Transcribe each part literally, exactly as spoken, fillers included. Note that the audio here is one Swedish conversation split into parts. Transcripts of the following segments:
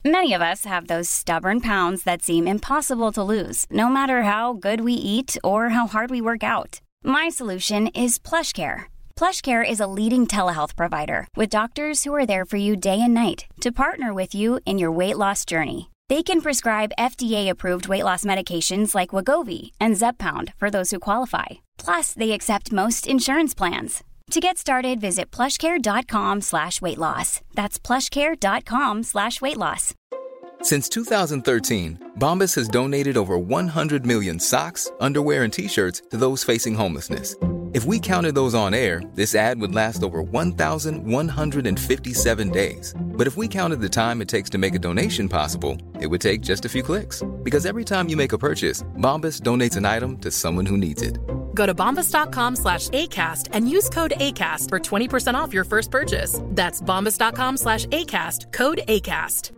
Many of us have those stubborn pounds that seem impossible to lose, no matter how good we eat or how hard we work out. My solution is PlushCare. PlushCare is a leading telehealth provider with doctors who are there for you day and night to partner with you in your weight loss journey. They can prescribe F D A-approved weight loss medications like Wegovy and Zepbound for those who qualify. Plus, they accept most insurance plans. To get started, visit plushcare.com slash weight loss. That's plushcare.com slash weight loss. Since two thousand thirteen, Bombas has donated over one hundred million socks, underwear, and T-shirts to those facing homelessness. If we counted those on air, this ad would last over one thousand one hundred fifty-seven days. But if we counted the time it takes to make a donation possible, it would take just a few clicks. Because every time you make a purchase, Bombas donates an item to someone who needs it. Go to bombas.com slash ACAST and use code ACAST for twenty percent off your first purchase. That's bombas.com slash ACAST, code ACAST.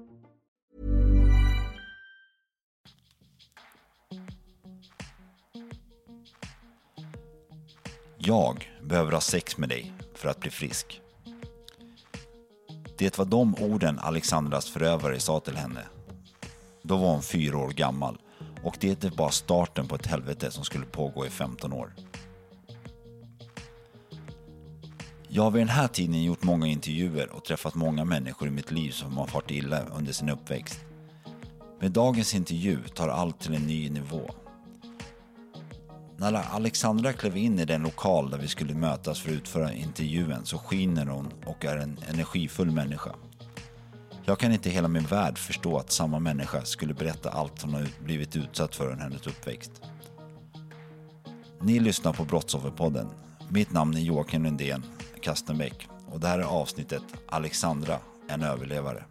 Jag behöver ha sex med dig för att bli frisk. Det var de orden Alexandras förövare sa till henne. Då var hon fyra år gammal och det var bara starten på ett helvete som skulle pågå i femton år. Jag har vid den här tiden gjort många intervjuer och träffat många människor i mitt liv som har fått illa under sin uppväxt. Med dagens intervju tar allt till en ny nivå. När Alexandra klev in i den lokal där vi skulle mötas för att utföra intervjun så skiner hon och är en energifull människa. Jag kan inte hela min värld förstå att samma människa skulle berätta allt hon har blivit utsatt för under hennes uppväxt. Ni lyssnar på Brottsofferpodden. Mitt namn är Joakim Lundén Kastenbäck och det här är avsnittet Alexandra, en överlevare.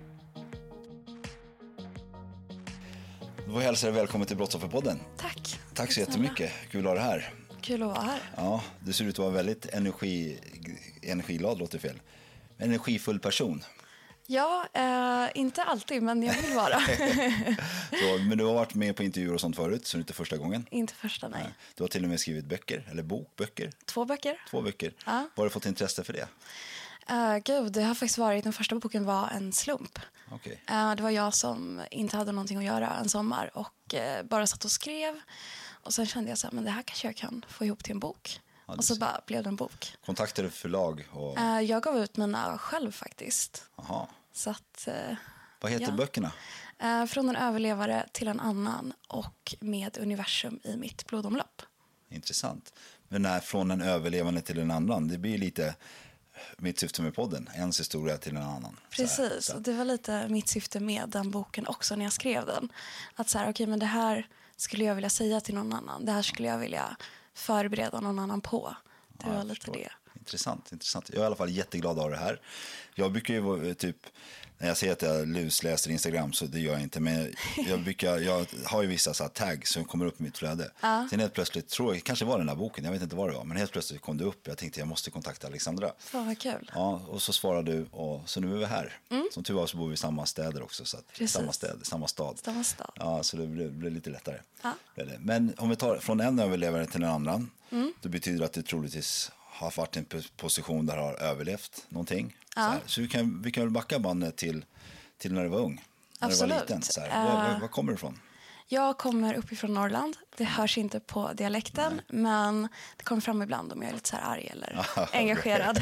Då hälsar jag välkommen till Brottsofferpodden. Tack. Tack så jättemycket. Kul att ha dig här. Kul att vara här. Ja, du ser ut att vara väldigt energi, energiglad, låter fel. Energifull person. Ja, eh, inte alltid, men jag vill vara. så, men du har varit med på intervjuer och sånt förut, så det är inte första gången. Inte första, nej. Du har till och med skrivit böcker, eller bok, böcker. Två böcker. Två böcker. Ja. Var har du fått intresse för det? Uh, gud, det har faktiskt varit, den första boken var en slump. Okay. Uh, det var jag som inte hade någonting att göra en sommar och uh, bara satt och skrev. Och sen kände jag så här, men det här kanske jag kan få ihop till en bok. Ja, och så bara blev det en bok. Kontaktade du förlag? Och... Uh, jag gav ut mina själv faktiskt. Aha. Så att, uh, vad heter ja. böckerna? Uh, från en överlevare till en annan och med universum i mitt blodomlopp. Intressant. Men när från en överlevande till en annan, det blir lite mitt syfte med podden. Ens historia till en annan. Precis, så här, så. Och det var lite mitt syfte med den boken också när jag skrev den. Att så här, okej, okay, men det här skulle jag vilja säga till någon annan. Det här skulle jag vilja förbereda någon annan på. Det ja, var lite förstår. det. Intressant, intressant. Jag är i alla fall jätteglad av det här. Jag brukar ju typ, när jag säger att jag lusläser Instagram så det gör jag inte. Men jag, brukar, jag har ju vissa så här tags som kommer upp i mitt flöde. Ja. Sen helt plötsligt, tror jag, kanske var den här boken, jag vet inte vad det var. Men helt plötsligt kom det upp, jag tänkte jag måste kontakta Alexandra. Fan vad kul. Ja, och så svarade du och så nu är vi här. Mm. Som tur var så bor vi i samma städer också. Så att samma, städ, samma stad. Samma stad. Ja, så det blev, blev lite lättare. Ja. Men om vi tar från en överlevare till en annan. Mm. Då betyder det att det troligtvis har varit en position där du har överlevt någonting. Ja. Så, så vi kan, vi kan väl backa bandet till, till när du var ung. När Absolut. du var liten. Så här. Uh, var, var, var kommer du ifrån? Jag kommer uppifrån Norrland. Det hörs inte på dialekten. Nej. Men det kommer fram ibland om jag är lite så här arg eller engagerad.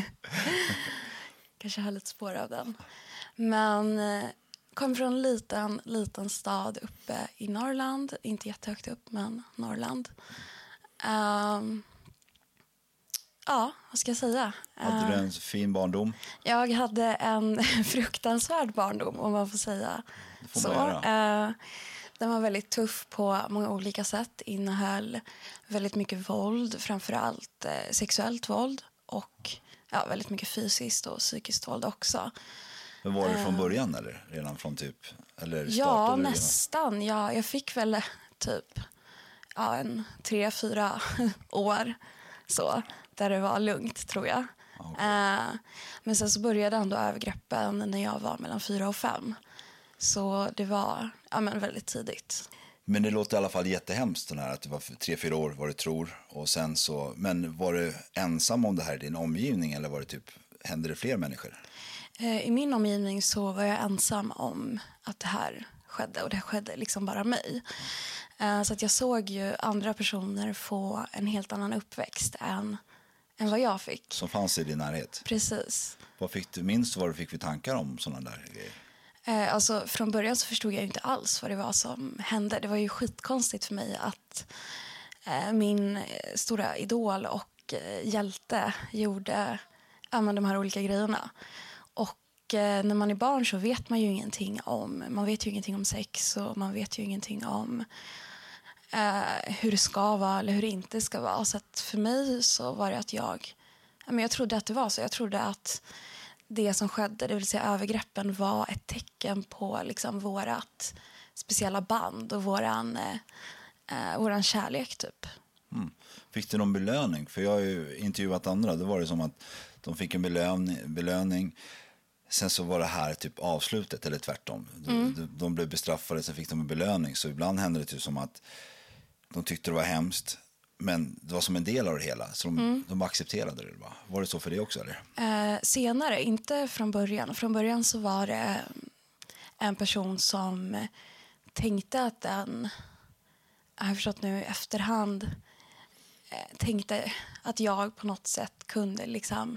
Kanske har lite spår av den. Men eh, kommer från en liten, liten stad uppe i Norrland. Inte jättehögt upp, men Norrland. Um, Ja, vad ska jag säga? Hade du en fin barndom? Jag hade en fruktansvärd barndom, om man får säga får så. Man den var väldigt tuff på många olika sätt. Innehöll väldigt mycket våld, framförallt eh, sexuellt våld. Och ja, väldigt mycket fysiskt och psykiskt våld också. Men var det från början eller? Redan från typ? Eller ja, nästan. Ja, jag fick väl typ ja, en tre, fyra år så. Där det var lugnt, tror jag. Okay. Uh, men sen så började ändå övergreppen när jag var mellan fyra och fem. Så det var ja, men väldigt tidigt. Men det låter i alla fall jättehemskt den här, att det var tre, fyra år vad du tror. Och sen så, men var du ensam om det här i din omgivning eller var det typ, hände det fler människor? I min omgivning så var jag ensam om att det här skedde. Och det skedde liksom bara mig. Så att jag såg ju andra personer få en helt annan uppväxt än, än vad jag fick. Som fanns i din närhet? Precis. Vad fick du, minst vad du fick för tankar om sådana där grejer? Eh, alltså, från början så förstod jag inte alls vad det var som hände. Det var ju skitkonstigt för mig att eh, min stora idol och eh, hjälte gjorde ja, men de här olika grejerna. Och eh, när man är barn så vet man ju ingenting om, man vet ju ingenting om sex och man vet ju ingenting om eh, hur det ska vara eller hur det inte ska vara. Så att för mig så var det att jag, ja, men jag trodde att det var så. Jag trodde att det som skedde, det vill säga övergreppen, var ett tecken på liksom vårat speciella band och våran, eh, våran kärlek typ. Mm. Fick du någon belöning? För jag har ju intervjuat andra, då var det som att de fick en belöning, belöning. Sen så var det här typ avslutet eller tvärtom. Mm. De, de blev bestraffade, sen fick de en belöning. Så ibland hände det typ som att de tyckte det var hemskt. Men det var som en del av det hela. Så de, mm. de accepterade det. Va? Var det så för det också? Eller? Eh, senare, inte från början. Från början så var det en person som tänkte att den, jag har förstått nu i efterhand, eh, tänkte att jag på något sätt kunde liksom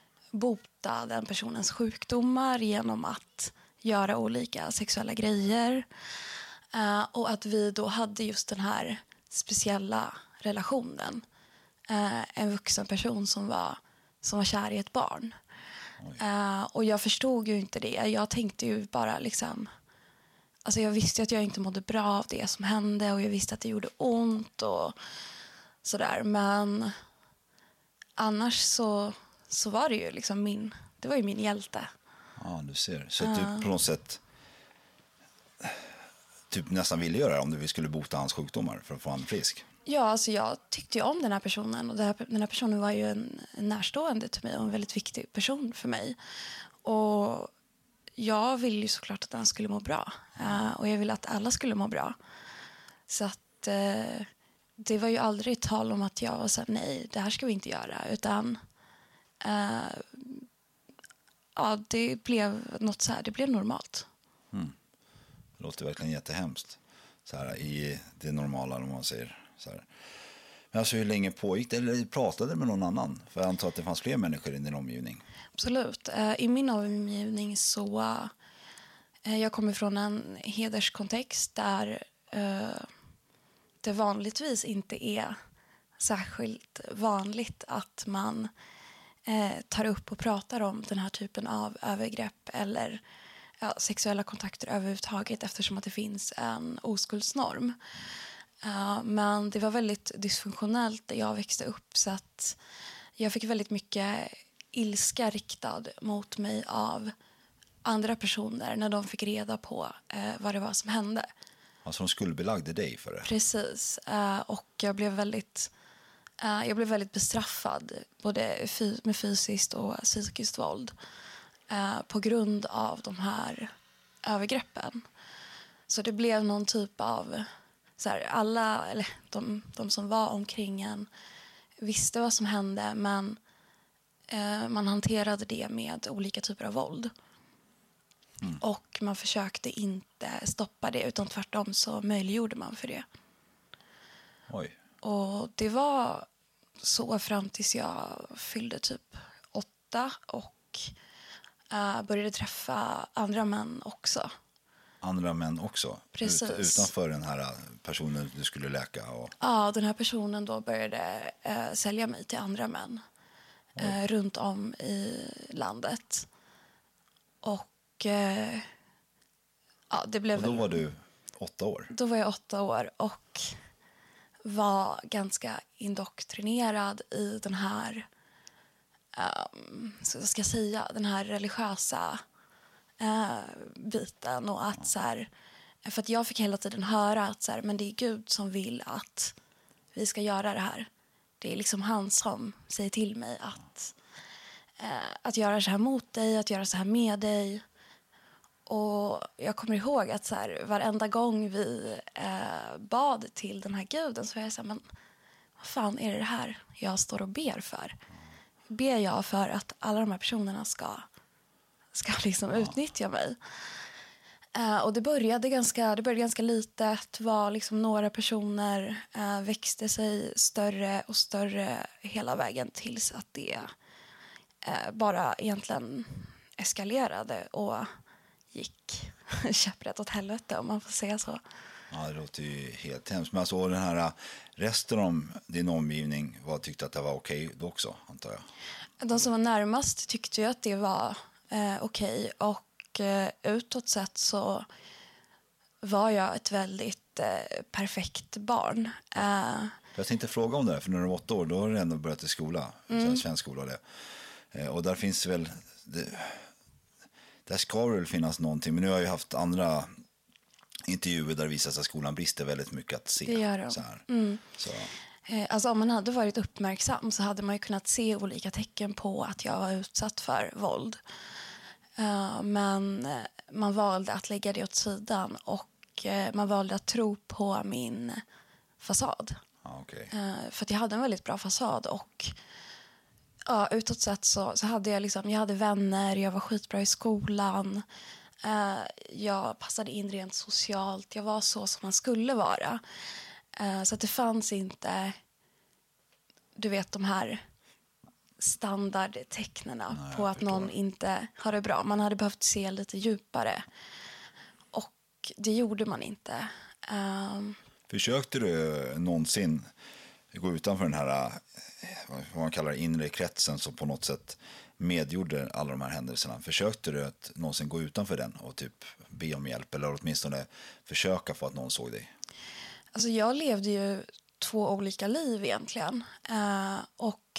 bota den personens sjukdomar genom att göra olika sexuella grejer. Eh, och att vi då hade just den här speciella relationen. Eh, en vuxen person som var, som var kär i ett barn. Eh, och jag förstod ju inte det. Jag tänkte ju bara liksom... Alltså jag visste att jag inte mådde bra av det som hände. Och jag visste att det gjorde ont och sådär. Men annars så, så var det ju liksom min... Det var ju min hjälte. Ja, du ser. Så att du på något sätt typ nästan ville göra det om du skulle bota hans sjukdomar för att få han frisk. Ja, alltså jag tyckte ju om den här personen. Och den här personen var ju en, en närstående till mig och en väldigt viktig person för mig. Och jag ville ju såklart att den skulle må bra. Uh, och jag ville att alla skulle må bra. Så att uh, det var ju aldrig tal om att jag var så här, nej, det här ska vi inte göra. Utan uh, ja, det blev något så här, det blev normalt. Mm. Det låter verkligen jättehemskt. Så här, i det normala, om man säger så här. Men alltså hur länge pågick det? Eller pratade med någon annan? För jag antar att det fanns fler människor i din omgivning. Absolut. I min omgivning så... Jag kommer från en hederskontext där det vanligtvis inte är särskilt vanligt att man tar upp och pratar om den här typen av övergrepp eller ja, sexuella kontakter överhuvudtaget, eftersom att det finns en oskuldsnorm. Uh, men det var väldigt dysfunktionellt där jag växte upp, så att jag fick väldigt mycket ilska riktad mot mig av andra personer när de fick reda på uh, vad det var som hände. Alltså de skuldbelagde dig för det? Precis. Uh, och jag blev väldigt uh, jag blev väldigt bestraffad både fy- med fysiskt och psykiskt våld uh, på grund av de här övergreppen. Så det blev någon typ av så här, alla, eller de, de som var omkring en visste vad som hände, men eh, man hanterade det med olika typer av våld. Mm. Och man försökte inte stoppa det, utan tvärtom så möjliggjorde man för det. Oj. Och det var så fram tills jag fyllde typ åtta och eh, började träffa andra män också. Andra män också? Precis. Ut, utanför den här personen du skulle läka? Och... Ja, den här personen då började eh, sälja mig till andra män eh, runt om i landet. Och eh, ja, det blev... Och då väl... var du åtta år? Då var jag åtta år och var ganska indoktrinerad i den här, um, så vad ska jag säga, den här religiösa uh, biten. Och att så här, för att jag fick hela tiden höra att så här, men det är Gud som vill att vi ska göra det här. Det är liksom han som säger till mig att, uh, att göra så här mot dig, att göra så här med dig. Och jag kommer ihåg att så här, varenda gång vi eh, bad till den här guden så var jag så här, men vad fan är det här jag står och ber för? Ber jag för att alla de här personerna ska, ska liksom Ja. utnyttja mig. Uh, och det började ganska, det började ganska litet, var liksom några personer, uh, växte sig större och större hela vägen tills att det uh, bara egentligen eskalerade och gick käpprätt åt helvete, om man får säga så. Ja, det låter ju helt hemskt. Men alltså den här resten av din omgivning, vad tyckte att det var okej då också, antar jag? De som var närmast tyckte ju att det var uh, okej, och Och utåt sett så var jag ett väldigt eh, perfekt barn. Uh, jag tänkte fråga om det här, för när du var åtta år, då har du ändå börjat i skola, mm. svensk skola och det. Eh, och där finns väl, det, där ska det väl finnas någonting, men nu har jag ju haft andra intervjuer där det visar sig att skolan brister väldigt mycket att se. Det gör de. Så här. Mm. Så. Eh, alltså om man hade varit uppmärksam så hade man ju kunnat se olika tecken på att jag var utsatt för våld. Uh, men uh, man valde att lägga det åt sidan, och uh, man valde att tro på min fasad. Ah, okay. uh, för att jag hade en väldigt bra fasad, och uh, utåt sett så, så hade jag liksom, jag hade vänner, jag var skitbra i skolan, uh, jag passade in rent socialt, jag var så som man skulle vara. Uh, så att det fanns inte, du vet, de här standardtecknena Nej, på att någon inte har det bra. Man hade behövt se lite djupare, och det gjorde man inte. Um... Försökte du någonsin gå utanför den här, vad man kallar det, inre kretsen som på något sätt medgjorde alla de här händelserna? Försökte du att någonsin gå utanför den och typ be om hjälp, eller åtminstone försöka få att någon såg dig? Alltså jag levde ju två olika liv egentligen, uh, och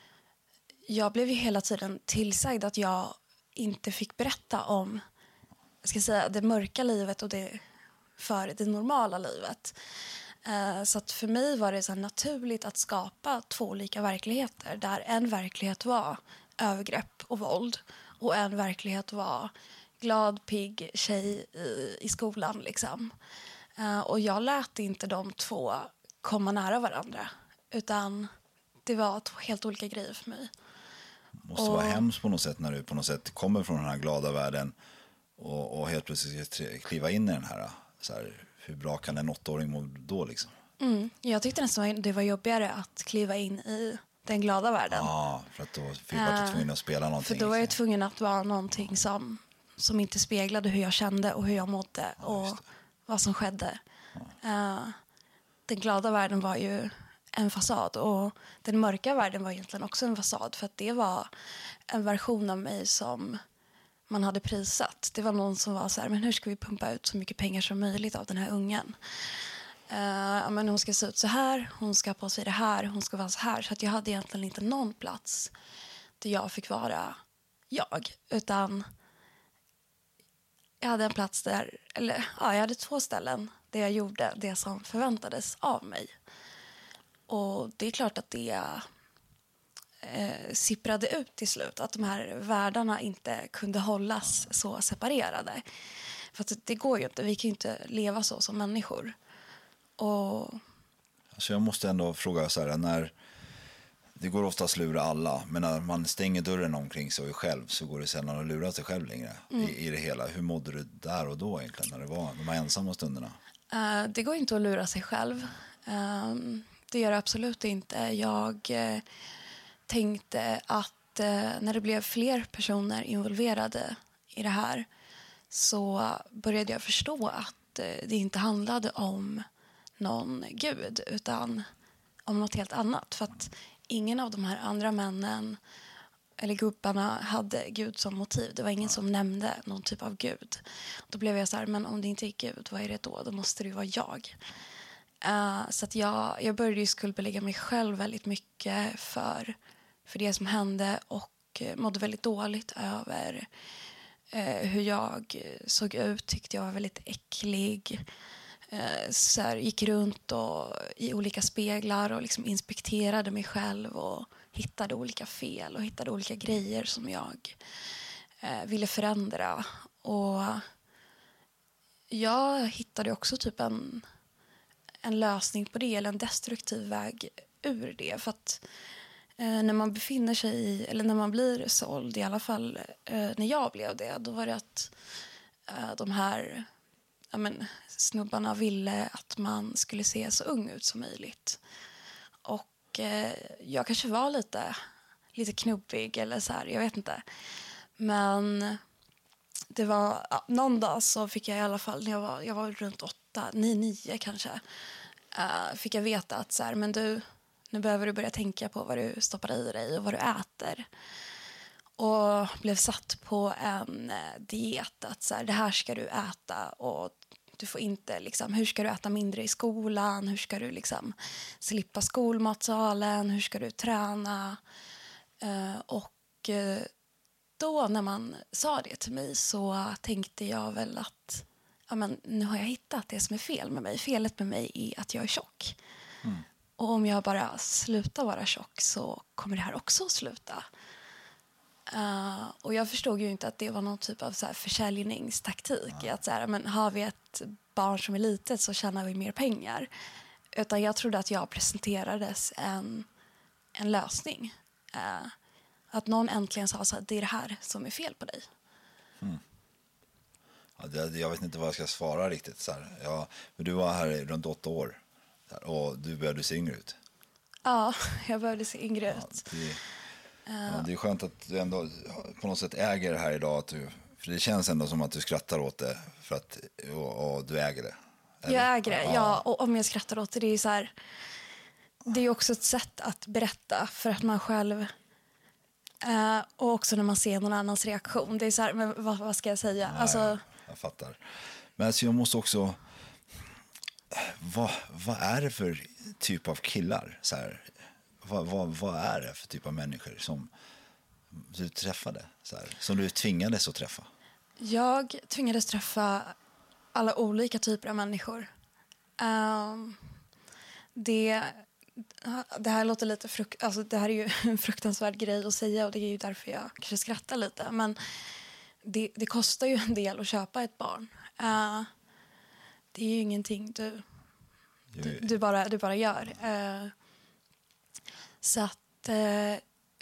jag blev ju hela tiden tillsagd att jag inte fick berätta om, jag ska säga, det mörka livet och det för det normala livet. Uh, så att för mig var det så naturligt att skapa två olika verkligheter, där en verklighet var övergrepp och våld, och en verklighet var glad, pigg tjej i, i skolan liksom. Uh, och jag lät inte de två komma nära varandra, utan det var två helt olika grejer för mig. Måste och... vara hemskt på något sätt när du på något sätt kommer från den här glada världen och, och helt plötsligt kliva in i den här, så här, hur bra kan en åttaåring må då liksom? Mm. Jag tyckte nästan det var jobbigare att kliva in i den glada världen. Ja, för att då var du tvungen att spela någonting. För då var jag tvungen att vara någonting som, som inte speglade hur jag kände och hur jag mådde, ja, och vad som skedde. Ja. Uh, den glada världen var ju en fasad, och den mörka världen var egentligen också en fasad, för att det var en version av mig som man hade prisat. Det var någon som var så här, men hur ska vi pumpa ut så mycket pengar som möjligt av den här ungen? Uh, men hon ska se ut så här, hon ska på sig det här, hon ska vara så här. Så att jag hade egentligen inte någon plats där jag fick vara jag, utan jag hade en plats där, eller ja, jag hade två ställen där jag gjorde det som förväntades av mig. Och det är klart att det eh, sipprade ut till slut, att de här världarna inte kunde hållas så separerade. För att det går ju inte, vi kan ju inte leva så som människor. Och... Alltså jag måste ändå fråga så här, när det går ofta att lura alla, men när man stänger dörren omkring sig själv så går det sällan att lura sig själv längre mm. i, i det hela. Hur mådde du där och då egentligen, när det var de här ensamma stunderna? Uh, det går inte att lura sig själv. Um, det gör det absolut inte. Jag uh, tänkte att uh, när det blev fler personer involverade i det här, så började jag förstå att uh, det inte handlade om någon gud, utan om något helt annat. För att ingen av de här andra männen eller gubbarna hade Gud som motiv. Det var ingen som nämnde någon typ av Gud. Då blev jag så här, men om det inte är Gud, vad är det då? Då måste det ju vara jag. Uh, så att jag, jag började ju skuldbelägga mig själv väldigt mycket för, för det som hände, och uh, mådde väldigt dåligt över uh, hur jag såg ut. Tyckte jag var väldigt äcklig. Uh, så här, gick runt och, i olika speglar och liksom inspekterade mig själv och hittade olika fel och hittade olika grejer som jag uh, ville förändra. Och jag hittade också typ en, en lösning på det, eller en destruktiv väg ur det. För att eh, när man befinner sig i, eller när man blir såld, i alla fall eh, när jag blev det, då var det att eh, de här ja, men, snubbarna ville att man skulle se så ung ut som möjligt. Och eh, jag kanske var lite, lite knubbig eller så här, jag vet inte. Men det var, ja, någon dag så fick jag i alla fall, när jag var, jag var runt åtta, nio, nio kanske, uh, fick jag veta att så här, men du, nu behöver du börja tänka på vad du stoppar i dig och vad du äter. Och blev satt på en uh, diet att så här, det här ska du äta och du får inte, liksom, hur ska du äta mindre i skolan, hur ska du liksom slippa skolmatsalen, hur ska du träna. Uh, och uh, då när man sa det till mig så tänkte jag väl att ja, men, nu har jag hittat det som är fel med mig. Felet med mig är att jag är tjock. Mm. Och om jag bara slutar vara tjock så kommer det här också att sluta. Uh, och jag förstod ju inte att det var någon typ av så här försäljningstaktik. Ja. Att så här, men har vi ett barn som är litet så tjänar vi mer pengar. Utan jag trodde att jag presenterades en, en lösning. Uh, Att någon äntligen sa så här, det är det här som är fel på dig. Mm. Ja, det, jag vet inte vad jag ska svara riktigt. Så här. Ja, men du var här runt åtta år här, och du började se yngre ut. Ja, jag började se yngre ja, ut. Det, uh. ja, det är skönt att du ändå på något sätt äger det här idag. Att du, för det känns ändå som att du skrattar åt det för att, och, och du äger det. Eller? Jag äger det, ja. ja. Och om jag skrattar åt det, det är så här, det är också ett sätt att berätta för att man själv... Uh, och också när man ser någon annans reaktion. Det är så här, men vad, vad ska jag säga? Nej, alltså... Jag fattar. Men alltså jag måste också... Vad, vad är det för typ av killar? Så här, vad, vad, vad är det för typ av människor som du träffade? Så här, som du tvingades att träffa? Jag tvingades träffa alla olika typer av människor. Um, det... Det här låter lite frukt, alltså det här är ju en fruktansvärd grej att säga och det är ju därför jag kanske skrattar lite. Men det, det kostar ju en del att köpa ett barn. Uh, det är ju ingenting du, du, du, bara, du bara gör. Uh, så att, uh,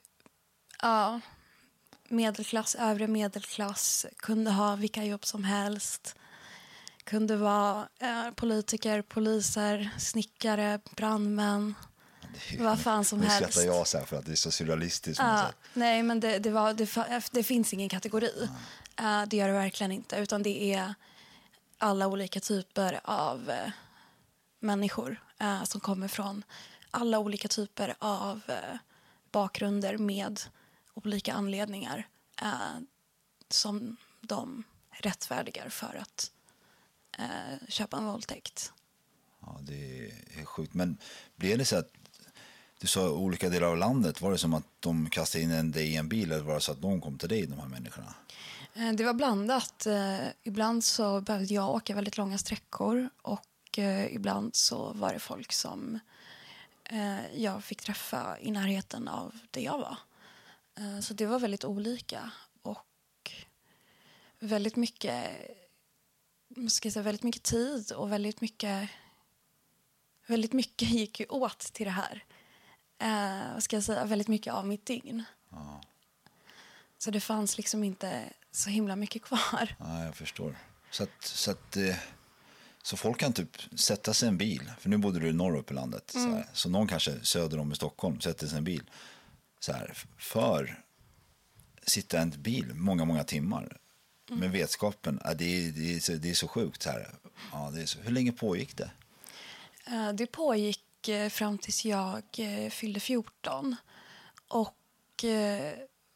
ja, medelklass, övre medelklass kunde ha vilka jobb som helst. Kunde vara eh, politiker, poliser, snickare, brandmän, det, vad fan som helst. Nu skrattar jag så här för att det är så surrealistiskt. Ja, nej, men det, det, var, det, det finns ingen kategori. Mm. Uh, det gör det verkligen inte. Utan det är alla olika typer av uh, människor uh, som kommer från alla olika typer av uh, bakgrunder med olika anledningar uh, som de rättfärdigar för att Uh, köpa en våldtäkt. Ja, det är sjukt. Men blev det så att du sa olika delar av landet, var det som att de kastade in en dig i en bil eller var det så att de kom till dig, de här människorna? Uh, det var blandat. Uh, ibland så behövde jag åka väldigt långa sträckor och uh, ibland så var det folk som uh, jag fick träffa i närheten av där jag var. Uh, så det var väldigt olika och väldigt mycket ska jag säga, väldigt mycket tid och väldigt mycket väldigt mycket gick ju åt till det här. Eh, vad ska jag säga, väldigt mycket av mitt dygn. Ja. Så det fanns liksom inte så himla mycket kvar. Ja, jag förstår. Så att, så att eh, så folk kan typ sätta sig i en bil, för nu bodde du norr upp i landet, mm. så, här, så någon kanske söder om i Stockholm sätter sig i en bil så här, för sitta i en bil många, många timmar. Mm. Med vetskapen, ja, det, är, det, är så, det är så sjukt här. Ja, det är så. Hur länge pågick det? Uh, det pågick uh, fram tills jag uh, fyllde fjorton. Och uh,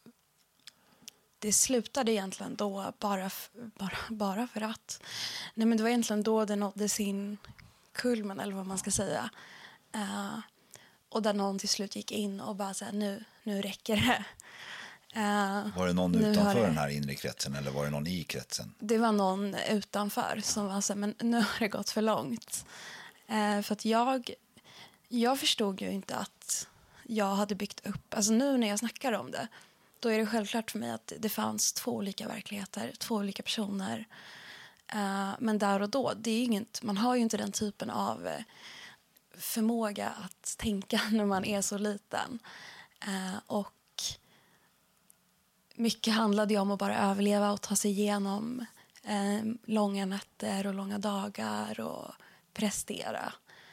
det slutade egentligen då bara, f- bara, bara för att... Nej, men det var egentligen då det nådde sin kulmen, eller vad man ska säga. Uh, och där någon till slut gick in och bara så här, nu, nu räcker det. Uh, var det någon utanför det, den här inre kretsen eller var det någon i kretsen? Det var någon utanför som var så här, men nu har det gått för långt. Uh, för att jag, jag förstod ju inte att jag hade byggt upp, alltså nu när jag snackar om det, då är det självklart för mig att det fanns två olika verkligheter, två olika personer. Uh, men där och då, det är inget, man har ju inte den typen av förmåga att tänka när man är så liten. Eh, och mycket handlade ju om att bara överleva och ta sig igenom eh, långa nätter och långa dagar och prestera.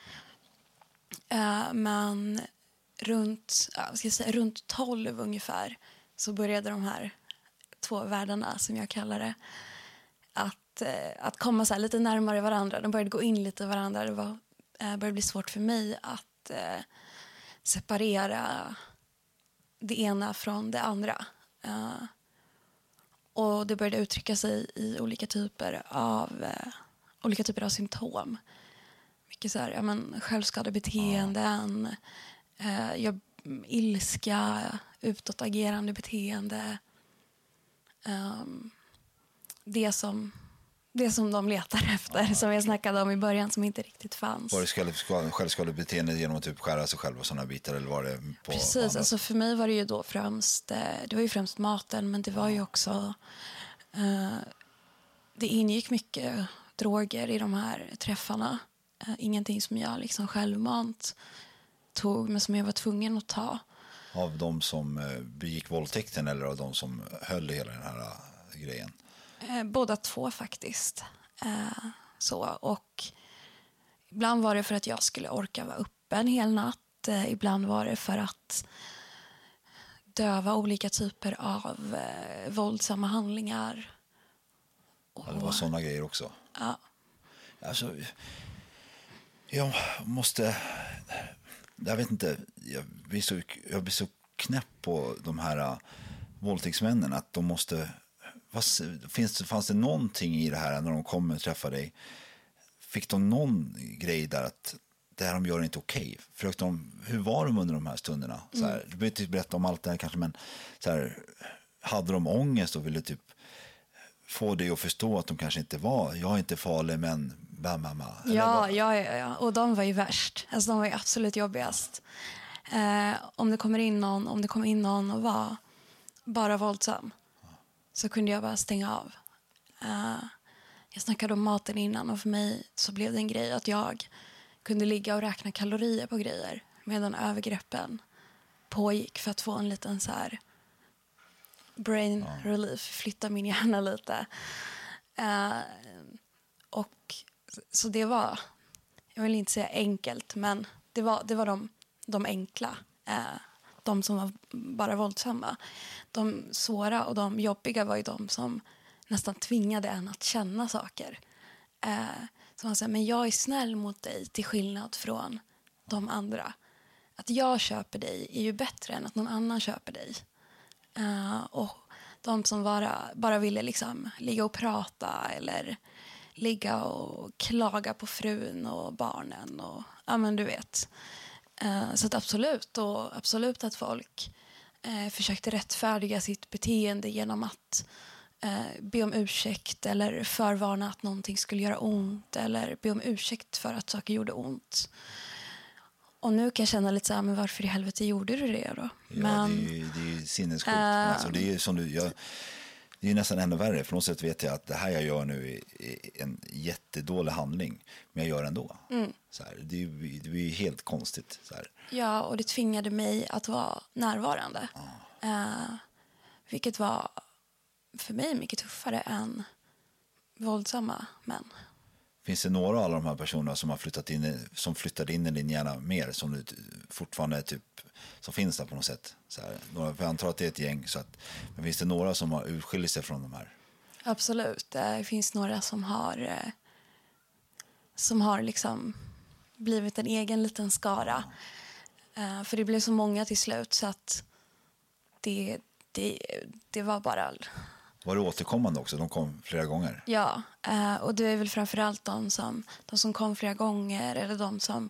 Eh, men runt, ja, ska jag säga, runt tolv ungefär så började de här två världarna, som jag kallar det, att, eh, att komma så här lite närmare varandra. De började gå in lite i varandra. Det var, eh, började bli svårt för mig att eh, separera det ena från det andra. Uh, och det började uttrycka sig i olika typer av uh, olika typer av symptom. Mycket så här, ja, men självskadebeteenden, uh, jag, ilska, utåtagerande beteende. Um, det som det som de letar efter, ja, som jag snackade om i början, som inte riktigt fanns. Var det självskadebeteende genom att typ skära sig själv och sådana bitar, eller var det på Precis, alltså för mig var det ju då främst det var ju främst maten, men det var ju också uh, det ingick mycket droger i de här träffarna. Uh, ingenting som jag liksom självmant tog, men som jag var tvungen att ta. Av de som uh, begick våldtäkten eller av de som höll hela den här uh, grejen? Eh, båda två faktiskt. Eh, så. Och ibland var det för att jag skulle orka vara uppe en hel natt. Eh, ibland var det för att döva olika typer av eh, våldsamma handlingar. Och, ja, det var sådana grejer också. Ja. Alltså, jag måste... Jag vet inte. Jag blir så, jag blir så knäpp på de här uh, våldtäktsmännen att de måste... Vad, finns det, fanns det någonting i det här när de kommer och träffar dig? Fick de någon grej där att det här de gör är inte okej? Försökte de, hur var de under de här stunderna? Så här, du behöver inte berätta om allt det här kanske, men så här, hade de ångest och ville typ få dig att förstå att de kanske inte var, jag är inte farlig, men bam, bam, bam. Ja, ja, ja, ja, och de var ju värst. Alltså de var ju absolut jobbigast. Eh, om det kommer in någon, om det kommer in någon och var bara våldsam, så kunde jag bara stänga av. Uh, jag snackade om maten innan, och för mig så blev det en grej att jag kunde ligga och räkna kalorier på grejer medan övergreppen pågick, för att få en liten så här brain ja. relief, flytta min hjärna lite. Uh, och så det var, jag vill inte säga enkelt, men det var, det var de, de enkla. Uh, de som var bara våldsamma. De svåra och de jobbiga var ju de som nästan tvingade en att känna saker. Eh, som man säger, men jag är snäll mot dig till skillnad från de andra. Att jag köper dig är ju bättre än att någon annan köper dig. Eh, och de som bara, bara ville liksom ligga och prata eller ligga och klaga på frun och barnen. Och, ja, men du vet. Eh, så att absolut, och absolut att folk eh, försökte rättfärdiga sitt beteende genom att eh, be om ursäkt eller förvarna att någonting skulle göra ont, eller be om ursäkt för att saker gjorde ont. Och nu kan jag känna lite så här, men varför i helvete gjorde du det då? Ja, men, det är ju, det är ju sinnessjukt. Äh, alltså, det är som du, jag, det är nästan ännu värre. För något sätt vet jag att det här jag gör nu är, är en jättedålig handling, men jag gör ändå. Mm. Så här, det, är, det är ju helt konstigt. Så här. Ja, och det tvingade mig att vara närvarande. Ah. Uh, vilket var för mig mycket tuffare än våldsamma män. Finns det några av alla de här personerna som har flyttat in, som flyttade in i din hjärna mer, som du fortfarande är typ, som finns där på något sätt? Så här, några, för jag antar att det är ett gäng, så att, men finns det några som har utskilt sig från de här? Absolut, det finns några som har som har liksom blivit en egen liten skara. Uh, för det blev så många till slut, så att det, det, det var bara... Var det återkommande också? De kom flera gånger? Ja, uh, och det är väl framförallt de som, de som kom flera gånger, eller de som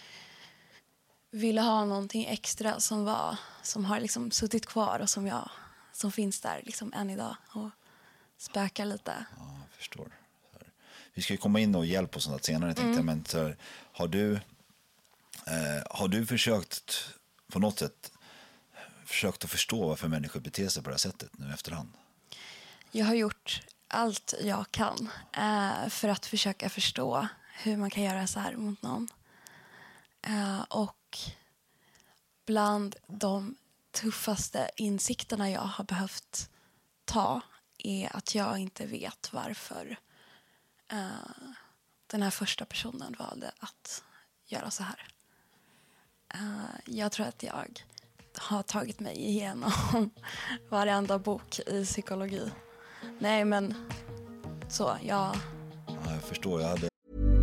ville ha någonting extra som var, som har liksom suttit kvar och som jag, som finns där liksom än idag och spökar lite. Ja, jag förstår. Vi ska ju komma in och hjälpa oss sånt senare, tänkte jag, men så här, har du eh, har du försökt på något sätt försökt att förstå varför människor beter sig på det här sättet nu efterhand? Jag har gjort allt jag kan eh, för att försöka förstå hur man kan göra så här mot någon. Eh, och bland de tuffaste insikterna jag har behövt ta är att jag inte vet varför uh, den här första personen valde att göra så här. Uh, jag tror att jag har tagit mig igenom varenda bok i psykologi. Nej, men så, ja. Ja, jag förstår, jag hade...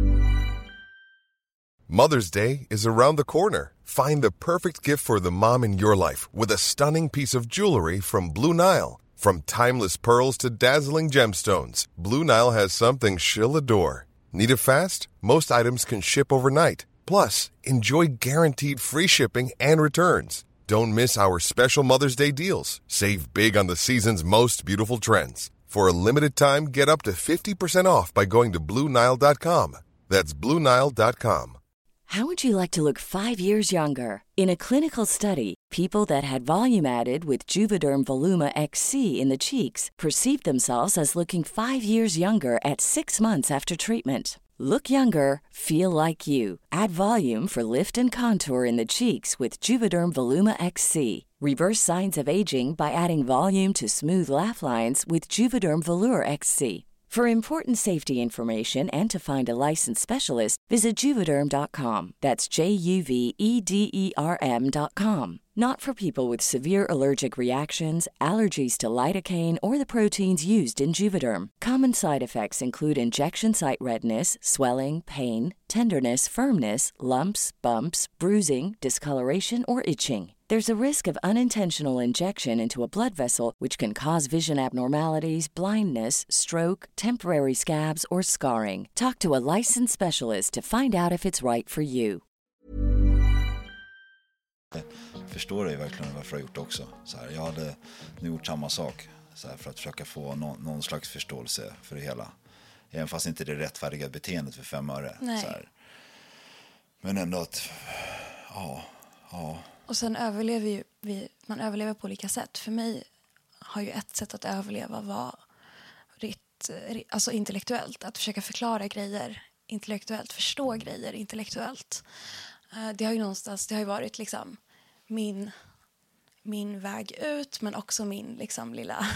Mother's Day is around the corner. Find the perfect gift for the mom in your life with a stunning piece of jewelry from Blue Nile. From timeless pearls to dazzling gemstones, Blue Nile has something she'll adore. Need it fast? Most items can ship overnight. Plus, enjoy guaranteed free shipping and returns. Don't miss our special Mother's Day deals. Save big on the season's most beautiful trends. For a limited time, get up to fifty percent off by going to Blue Nile dot com. That's Blue Nile dot com. How would you like to look five years younger? In a clinical study, people that had volume added with Juvederm Voluma X C in the cheeks perceived themselves as looking five years younger at six months after treatment. Look younger, feel like you. Add volume for lift and contour in the cheeks with Juvederm Voluma X C. Reverse signs of aging by adding volume to smooth laugh lines with Juvederm Volure X C. For important safety information and to find a licensed specialist, visit Juvederm dot com. That's J U V E D E R M dot com. Not for people with severe allergic reactions, allergies to lidocaine, or the proteins used in Juvederm. Common side effects include injection site redness, swelling, pain, tenderness, firmness, lumps, bumps, bruising, discoloration, or itching. There's a risk of unintentional injection into a blood vessel, which can cause vision abnormalities, blindness, stroke, temporary scabs, or scarring. Talk to a licensed specialist to find out if it's right for you. Jag förstår det verkligen varför jag har gjort också. Så här, jag hade nu gjort samma sak så här, för att försöka få någon, någon slags förståelse för det hela. Även fast inte det rättfärdiga beteendet för fem öre. Så här. Men ändå att, ja, ja. Och sen överlever ju vi, man överlever på olika sätt. För mig har ju ett sätt att överleva varit alltså intellektuellt. Att försöka förklara grejer intellektuellt, förstå grejer intellektuellt. Det har ju någonstans, det har ju varit liksom min, min väg ut, men också min liksom lilla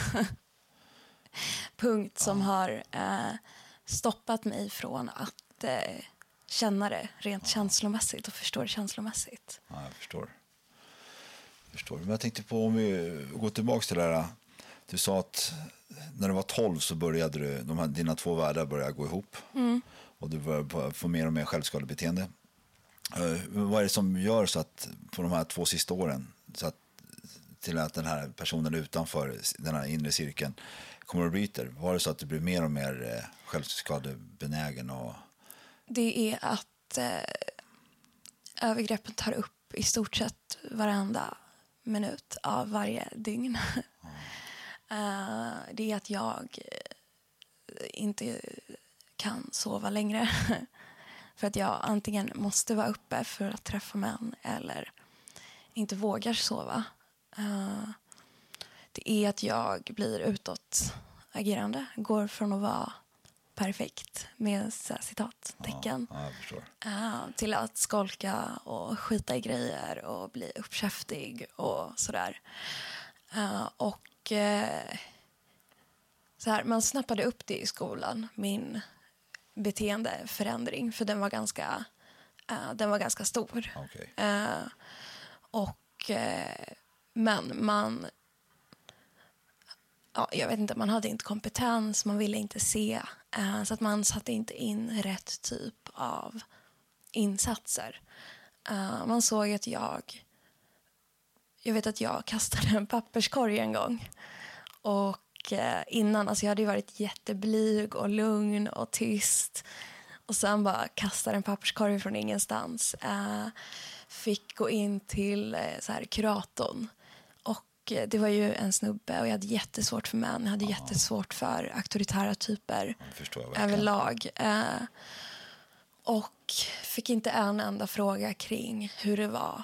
punkt som har eh, stoppat mig från att eh, känna det rent ja. känslomässigt och förstå det känslomässigt. Ja, jag förstår. Jag förstår. Men jag tänkte på, om vi går tillbaka till det här. Du sa att när du var tolv så började du, de här, dina två världar började gå ihop. Mm. Och du började få mer och mer självskadebeteende. Uh, vad är det som gör så att på de här två sista åren så att, till att den här personen utanför den här inre cirkeln kommer och bryter? Var det så att du blir mer och mer eh, självskadebenägen? Och... Det är att eh, övergreppen tar upp i stort sett varenda minut av varje dygn. Mm. uh, det är att jag inte kan sova längre. För att jag antingen måste vara uppe för att träffa män eller inte vågar sova. Uh, det är att jag blir utåtagerande. Går från att vara perfekt med citattecken. Ja, jag förstår. Uh, till att skolka och skita i grejer och bli uppkäftig och sådär. Uh, och uh, så här, man snappade upp det i skolan. Min beteendeförändring, för den var ganska uh, den var ganska stor. Okay. Uh, och uh, men man ja, jag vet inte, man hade inte kompetens, man ville inte se, uh, så att man satte inte in rätt typ av insatser. Uh, man såg att jag jag vet att jag kastade en papperskorg en gång, och innan, alltså jag hade ju varit jätteblyg och lugn och tyst, och sen bara kastade en papperskorg från ingenstans. Uh, fick gå in till uh, så här kuratorn, och uh, det var ju en snubbe, och jag hade jättesvårt för män, jag hade uh-huh. jättesvårt för auktoritära typer överlag. Uh, och fick inte en enda fråga kring hur det var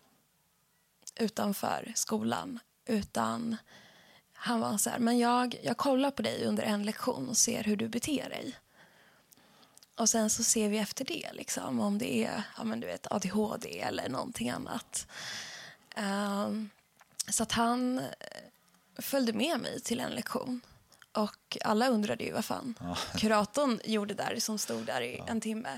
utanför skolan, utan han var så här, men jag, jag kollar på dig under en lektion och ser hur du beter dig. Och sen så ser vi efter det, liksom, om det är ja, men du vet, A D H D eller någonting annat. Um, Så att han följde med mig till en lektion. Och alla undrade ju vad fan ja. kuratorn gjorde där, som stod där i ja. en timme.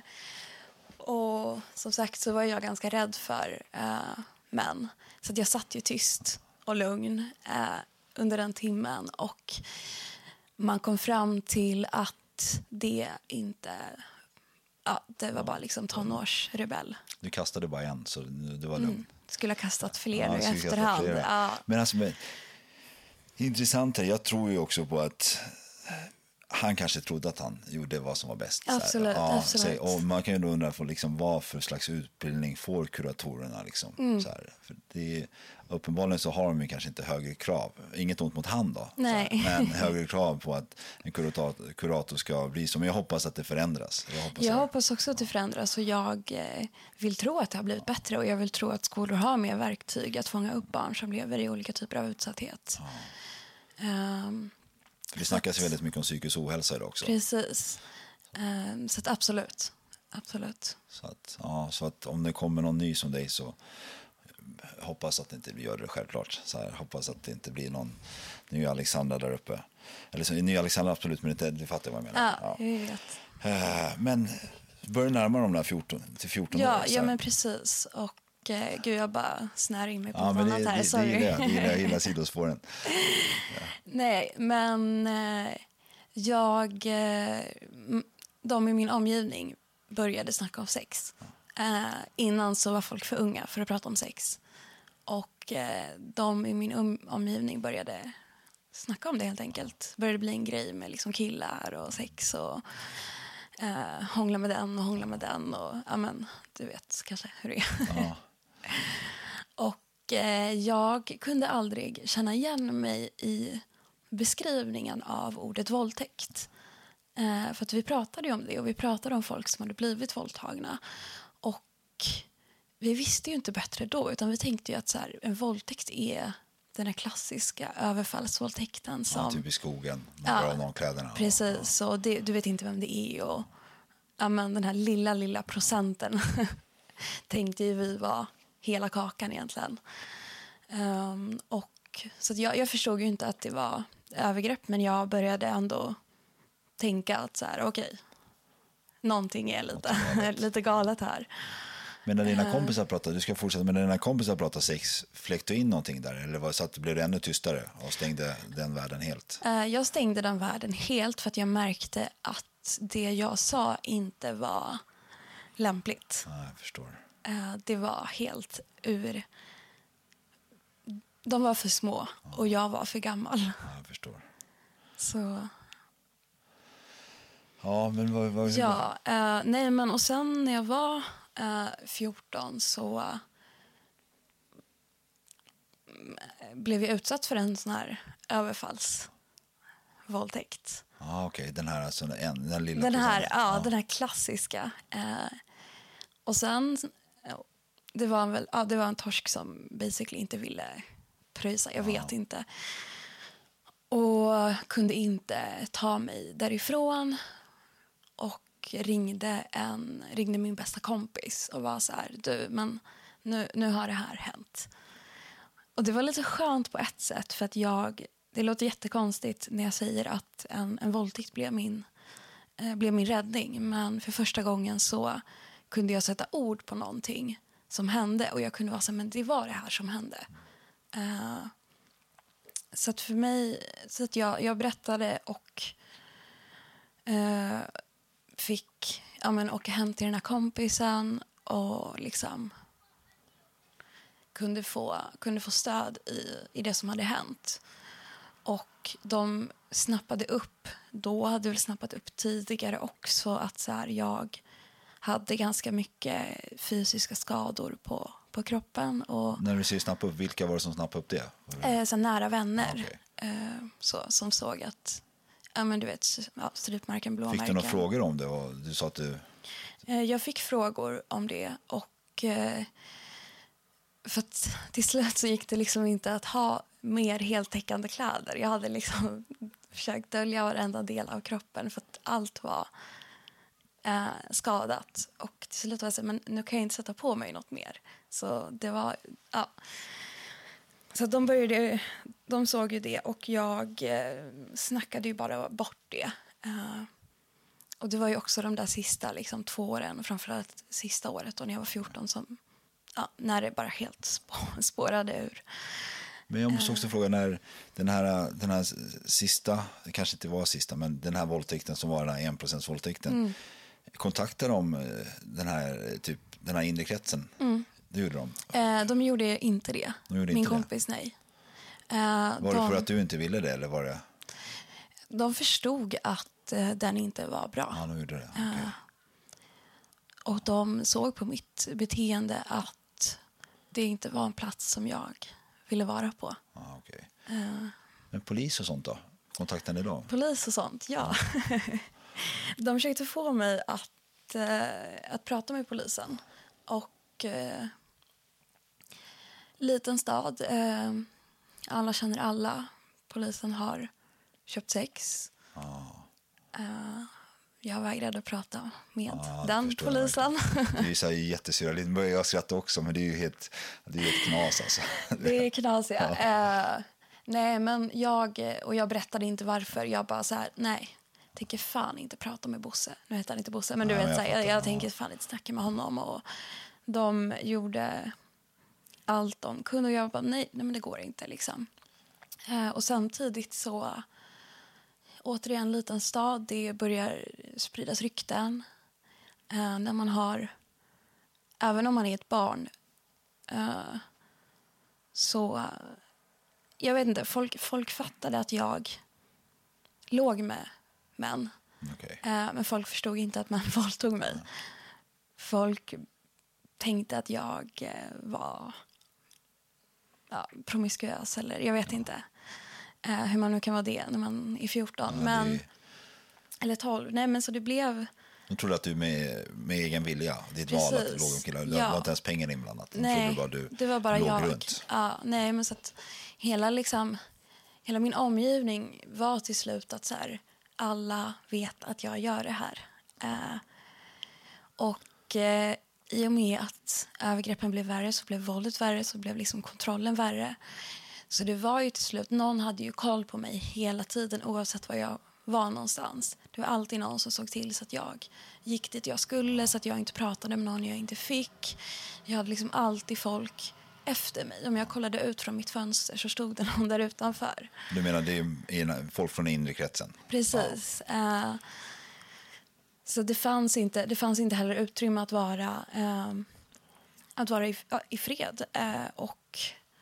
Och som sagt så var jag ganska rädd för uh, män. Så att jag satt ju tyst och lugn uh, under den timmen. Och man kom fram till att det inte... Ja, det var bara liksom tonårsrebell. Du kastade bara en, så det var lugnt. Mm. Skulle ha kastat fler ja, nu i efterhand. Ja. Men alltså, men, intressant här, jag tror ju också på att han kanske trodde att han gjorde vad som var bäst. Absolut, ja, absolut. Så, och man kan ju då undra för liksom, vad för slags utbildning får kuratorerna. Liksom, mm. så här. För det, uppenbarligen så har de ju kanske inte högre krav. Inget ont mot han då. Nej. Så här, men högre krav på att en kurator, kurator ska bli som. Men jag hoppas att det förändras. Jag hoppas, jag hoppas också att det förändras. Och jag eh, vill tro att det har blivit bättre. Och jag vill tro att skolor har mer verktyg att fånga upp barn som lever i olika typer av utsatthet. Ja. Um, Det snackas väldigt mycket om psykisk ohälsa idag också. Precis. Um, så att absolut. Absolut. Så att, ja, så att om det kommer någon ny som dig så hoppas att det inte gör det självklart. Så här, hoppas att det inte blir någon ny Alexandra där uppe. Eller så, ny Alexandra absolut, men inte, det fattar jag vad jag menar. Ja, jag vet. Uh, men börjar närma de där fjorton till fjorton ja, år. Ja, men precis. Och eh, gud, jag bara snär in mig på ja, något annat det, här. Det, Sorry. det, det, det, jag gillar sidospåren. Ja. Nej, men eh, jag... Eh, de i min omgivning började snacka om sex. Eh, innan så var folk för unga för att prata om sex. Och eh, de i min um- omgivning började snacka om det helt enkelt. Började bli en grej med liksom killar och sex och eh, hångla med den och hångla med den. Och ja, men, du vet kanske hur det är. Ja. Och eh, jag kunde aldrig känna igen mig i beskrivningen av ordet våldtäkt. Eh, för att vi pratade ju om det och vi pratade om folk som hade blivit våldtagna. Och vi visste ju inte bättre då, utan vi tänkte ju att så här, en våldtäkt är den här klassiska överfallsvåldtäkten. Som, ja, typ i skogen, man drar av någon kläderna. Precis, och det, du vet inte vem det är. Och ja, men den här lilla, lilla procenten tänkte ju vi var hela kakan egentligen. Um, och, så att jag, jag förstod ju inte att det var övergrepp, men jag började ändå tänka att så här, okej, okay, någonting är lite, galet. lite galet här. Men när dina kompisar pratade, du ska fortsätta, men när dina kompisar pratade sex, fläckte du in någonting där? Eller var det så att det blev ännu tystare och stängde den världen helt? Jag stängde den världen helt för att jag märkte att det jag sa inte var lämpligt. Ja, jag förstår. Det var helt ur... De var för små och jag var för gammal. Ja, jag förstår. Så... Ja, men vad... vad ja, uh, nej men och sen när jag var uh, fjorton så uh, blev jag utsatt för en sån här överfallsvåldtäkt. Ja, okej, okay. Den här alltså, en, den lilla... Den här, ja, ja, den här klassiska. Uh, och sen, uh, det var väl, ja, det var en torsk som basically inte ville pröjsa, jag vet ja. inte. Och kunde inte ta mig därifrån. Och ringde, en, ringde min bästa kompis och var så här, du, men nu, nu har det här hänt. Och det var lite skönt på ett sätt, för att jag, det låter jättekonstigt när jag säger att en, en våldtäkt blev min, eh, blev min räddning. Men för första gången så kunde jag sätta ord på någonting som hände. Och jag kunde vara så här, men det var det här som hände. Uh, så att för mig, så att jag, jag berättade och... Uh, fick ja, men, åka hem till den här kompisen och liksom kunde få, kunde få stöd i, i det som hade hänt. Och de snappade upp, då hade väl snappat upp tidigare också, att så här, jag hade ganska mycket fysiska skador på, på kroppen. Och, när du säger snappa upp, vilka var det som snappade upp det? Eh, så nära vänner okay. eh, så, som såg att ja, men du vet, ja, strypmärken, blåmärken. Fick du några frågor om det? Och du sa att du... Jag fick frågor om det. Och för att till slut så gick det liksom inte att ha mer heltäckande kläder. Jag hade liksom försökt dölja varenda del av kroppen för att allt var eh, skadat. Och till slut var jag så här, men nu kan jag inte sätta på mig något mer. Så det var, ja. Så de började, de såg ju det och jag eh, snackade ju bara bort det. Uh, och det var ju också de där sista liksom, två åren, framförallt sista året då när jag var fjorton, som, ja, när det bara helt spå- spårade ur. Men jag måste också uh, fråga, när den här, den här sista, det kanske inte var sista, men den här våldtäkten som var den här en procents våldtäkten, mm. kontaktade de den här, typ, den här inre kretsen? Mm. Det gjorde de? Uh, de gjorde inte det. De gjorde Min inte kompis, det. nej. Uh, var de, det för att du inte ville det, eller var det? De förstod att uh, den inte var bra. Ja, de gjorde det. Okay. Uh, och de såg på mitt beteende att det inte var en plats som jag ville vara på. Ah, okay. uh, Men polis och sånt då? Kontaktade ni då? Polis och sånt, ja. De försökte få mig att, uh, att prata med polisen. Och uh, liten stad, uh, alla känner alla. Polisen har köpt sex. Ah. Uh, jag vägrade prata med ah, den polisen. Det är ju så här jättesurrealistiskt. Nu börjar jag skratta också, men det är ju helt, det är helt knas alltså. Det är knas, ja. uh, nej, men jag, och jag berättade inte varför. Jag bara så här, nej, jag tänker fan inte prata med Bosse. Nu heter han inte Bosse, men du ja, vet, jag, så här, jag, jag tänker fan inte snacka med honom. Och de gjorde allt de kunde och jag bara, nej, nej men det går inte liksom. Uh, och samtidigt så, återigen en liten stad, det börjar spridas rykten. Uh, när man har, även om man är ett barn, uh, så, uh, jag vet inte, folk, folk fattade att jag låg med män. Okay. Uh, men folk förstod inte att man våldtog mig. Mm. Folk tänkte att jag uh, var ja, promiskuös, eller jag vet ja. inte uh, hur man nu kan vara det när man är fjorton. Ja, men, det... Eller tolv. Nej, men så det blev... De trodde att du med, med egen vilja, ditt val att låg om killar, det ja. var inte ens pengar inblandat. De nej, bara du det var bara låg jag. Runt. Ja, nej, men så att hela, liksom, hela min omgivning var till slut att så här, alla vet att jag gör det här. Uh, och uh, i och med att övergreppen blev värre så blev våldet värre, så blev liksom kontrollen värre. Så det var ju till slut, någon hade ju koll på mig hela tiden oavsett var jag var någonstans. Det var alltid någon som såg till så att jag gick dit jag skulle, så att jag inte pratade med någon jag inte fick. Jag hade liksom alltid folk efter mig. Om jag kollade ut från mitt fönster så stod det någon där utanför. Du menar det är folk från den inre kretsen? Precis. Ja. Uh, så det fanns inte, det fanns inte heller utrymme att vara, uh, att vara i, uh, i fred. Uh, och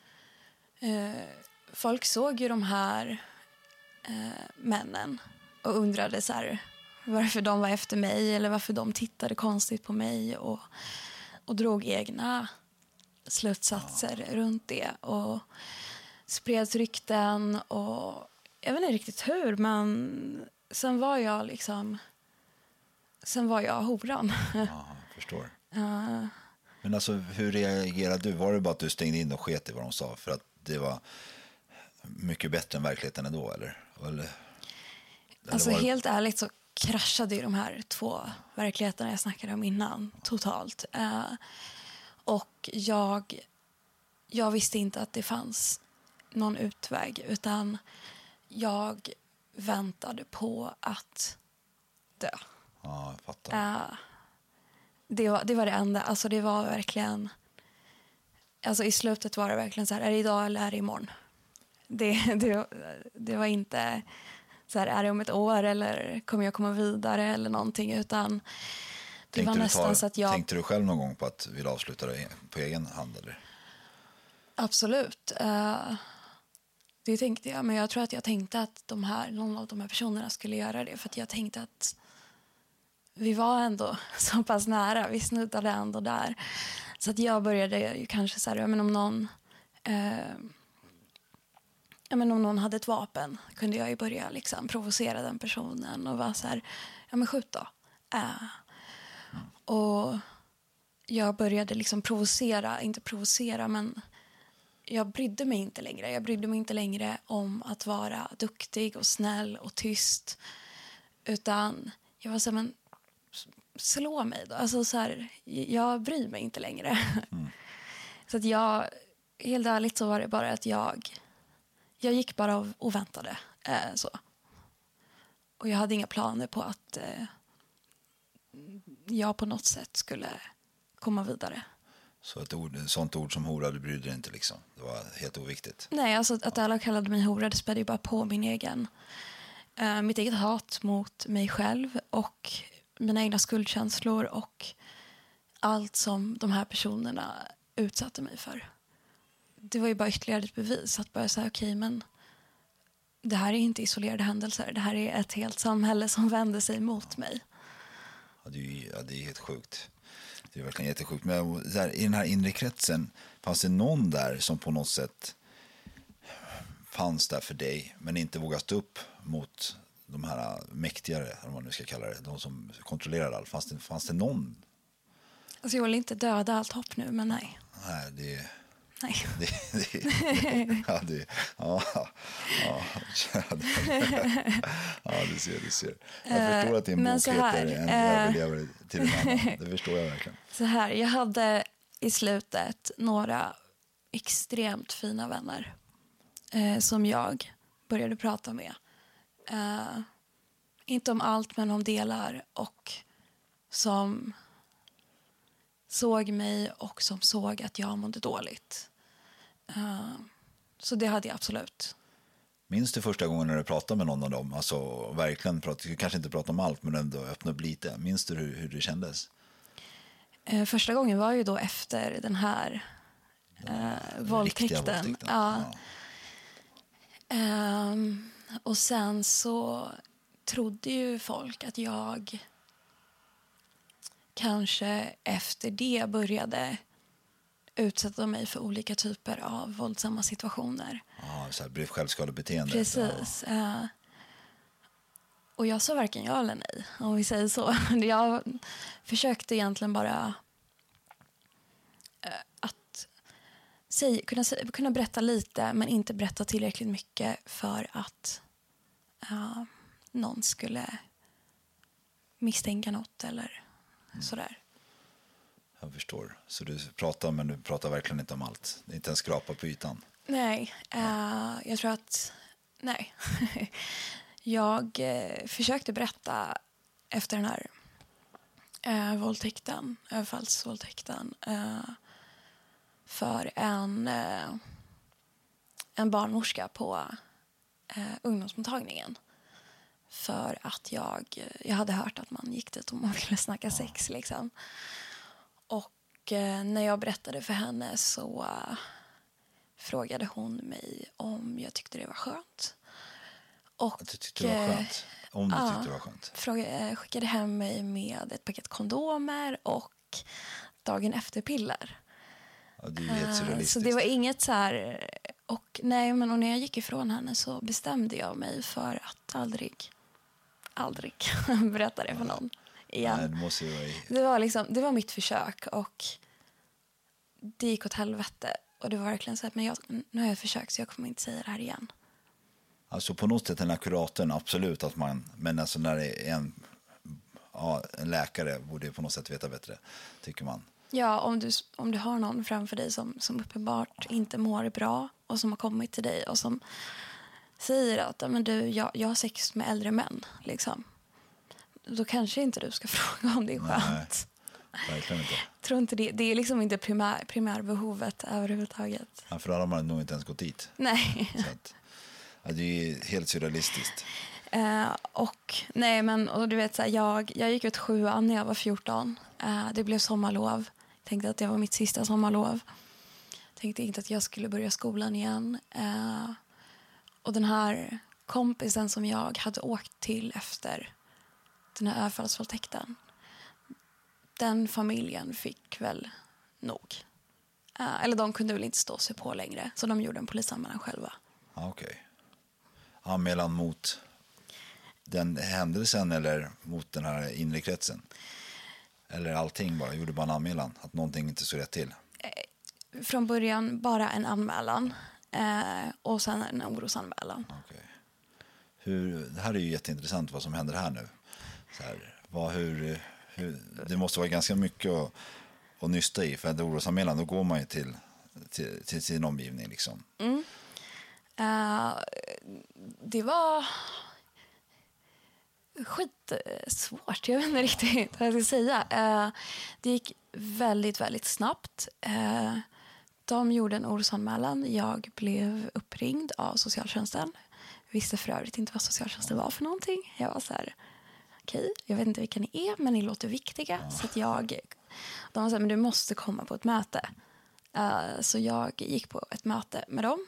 uh, folk såg ju de här uh, männen och undrade så här, varför de var efter mig eller varför de tittade konstigt på mig och, och drog egna slutsatser ja. runt det och spreds rykten och jag vet inte riktigt hur, men sen var jag liksom sen var jag horan. Ja, jag förstår. Uh, men alltså hur reagerade du? Var det bara att du stängde in och sket i vad de sa för att det var mycket bättre än verkligheten ändå, eller? eller alltså eller det... helt ärligt så kraschade ju de här två verkligheterna jag snackade om innan totalt. Uh, och jag jag visste inte att det fanns någon utväg, utan jag väntade på att dö. Ja, jag fattar. Uh, det, var, det var det enda. Alltså det var verkligen... Alltså i slutet var det verkligen så här, är det idag eller är det imorgon? Det, det, det var inte så här, är det om ett år eller kommer jag komma vidare eller någonting, utan det tänkte var nästan ta, så att jag... Tänkte du själv någon gång på att vilja avsluta det på egen hand, eller? Absolut. Uh, det tänkte jag, men jag tror att jag tänkte att de här, någon av de här personerna skulle göra det, för att jag tänkte att vi var ändå så pass nära, vi snuddade ändå där. Så att jag började ju kanske så här, ja, men om någon eh, ja, men om någon hade ett vapen kunde jag ju börja liksom provocera den personen och vara så här, ja men skjut då. Eh, och jag började liksom provocera, inte provocera, men jag brydde mig inte längre. Jag brydde mig inte längre om att vara duktig och snäll och tyst, utan jag var så här, men slå mig då. Alltså så här, jag bryr mig inte längre. Mm. Så att jag helt ärligt så var det bara att jag... Jag gick bara och, och väntade. Eh, så. Och jag hade inga planer på att eh, jag på något sätt skulle komma vidare. Så ett ord, ett sånt ord som hora, du brydde dig inte liksom? Det var helt oviktigt? Nej, alltså att alla kallade mig hora, det spädde ju bara på min egen... Eh, mitt eget hat mot mig själv och mina egna skuldkänslor och allt som de här personerna utsatte mig för. Det var ju bara ytterligare ett bevis att bara säga okej, okay, men det här är inte isolerade händelser. Det här är ett helt samhälle som vänder sig mot mig. Ja, det är, ju, ja, det är helt sjukt. Det är verkligen jättesjukt. Men där, i den här inre kretsen, fanns det någon där som på något sätt fanns där för dig men inte vågade stå upp mot de här mäktigare, eller vad man nu ska kalla det, de som kontrollerar allt? Fanns det, fanns det någon? Alltså jag vill inte döda allt hopp nu, men nej. Nej, det Nej. Det, det, det, ja, det, ja, ja, ja, du ser, du ser. Jag förstår att din bok heter En överlevare till en annan. Det förstår jag verkligen. Så här, jag hade i slutet några extremt fina vänner eh, som jag började prata med. Eh, inte om allt, men om delar, och som såg mig och som såg att jag mådde dåligt. Uh, så det hade jag absolut. Minns du första gången när du pratade med någon av dem? Alltså verkligen, prat, kanske inte prata om allt, men ändå öppna upp lite. Minns du hur, hur det kändes? Uh, första gången var ju då efter den här uh, våldtäkten. våldtäkten. Ja. Ja. Um, och sen så trodde ju folk att jag kanske efter det började utsätta mig för olika typer av våldsamma situationer. Ja, så här blev självskadebeteende. Precis. Ja. Uh, och jag sa varken ja eller nej, om vi säger så. Jag försökte egentligen bara uh, att säg, kunna, kunna berätta lite, men inte berätta tillräckligt mycket för att uh, någon skulle misstänka något eller mm. sådär. Jag förstår. Så du pratar, men du pratar verkligen inte om allt. Det är inte en skrapa på ytan. Nej, uh, jag tror att... Nej. jag uh, försökte berätta efter den här uh, våldtäkten, överfallsvåldtäkten, uh, för en, uh, en barnmorska på uh, ungdomsmottagningen. För att jag, jag hade hört att man gick dit om man ville snacka sex. Liksom. Och eh, när jag berättade för henne så uh, frågade hon mig om jag tyckte det var skönt. Och, att du tyckte det var skönt? Om du uh, tyckte det var skönt? Fråga, skickade hem mig med ett paket kondomer och dagen efter piller. Ja, det är ju helt surrealistiskt. Uh, så det var inget så här... Och, nej, men och när jag gick ifrån henne så bestämde jag mig för att aldrig... aldrig berätta det för någon igen. Nej, det, måste ju vara i... det, var liksom, det var mitt försök och det gick åt helvete. Och det var verkligen så att men jag, nu har jag försökt så jag kommer inte säga det här igen. Alltså på något sätt den här kuratorn, absolut att man, men alltså när det är en, ja, en läkare borde på något sätt veta bättre, tycker man. Ja, om du, om du har någon framför dig som, som uppenbart inte mår bra och som har kommit till dig och som säger att men du, jag, jag har sex med äldre män, liksom. Då kanske inte du ska fråga om det är skönt. Nej, verkligen inte. Tror inte det, det är liksom inte primär, primärbehovet överhuvudtaget. Ja, för alla har man nog inte ens gått dit. Nej. Så att, ja, det är helt surrealistiskt. Uh, och nej, men och du vet så här, jag, jag gick ut sjuan när jag var fjorton. Uh, det blev sommarlov. Jag tänkte att det var mitt sista sommarlov. Tänkte inte att jag skulle börja skolan igen. Uh, Och den här kompisen som jag hade åkt till efter den här överfallsvåldtäkten, den familjen fick väl nog. Uh, eller de kunde väl inte stå sig på längre, så de gjorde en polisanmälan själva. Ah, okej. Okay. Anmälan mot den händelsen eller mot den här inre kretsen? Eller allting bara? Gjorde bara en anmälan att någonting inte så rätt till? Uh, från början bara en anmälan. Eh, och sen en orosanmälan. Okay. Hur, det här är ju jätteintressant vad som händer här nu. Så här, vad, hur, hur, det måste vara ganska mycket att, att nysta i. För en orosanmälan, då går man ju till till, till sin omgivning liksom? Mm. Uh, det var skitsvårt. Jag vet inte riktigt vad jag ska säga. Uh, det gick väldigt, väldigt snabbt. Uh, de gjorde en orosanmälan. Jag blev uppringd av socialtjänsten. Jag visste för övrigt inte vad socialtjänsten var för någonting. Jag var så här, okej, okay, jag vet inte vilka ni är, men ni låter viktiga. Ja. Så att jag, de var så här, men du måste komma på ett möte. Uh, så jag gick på ett möte med dem.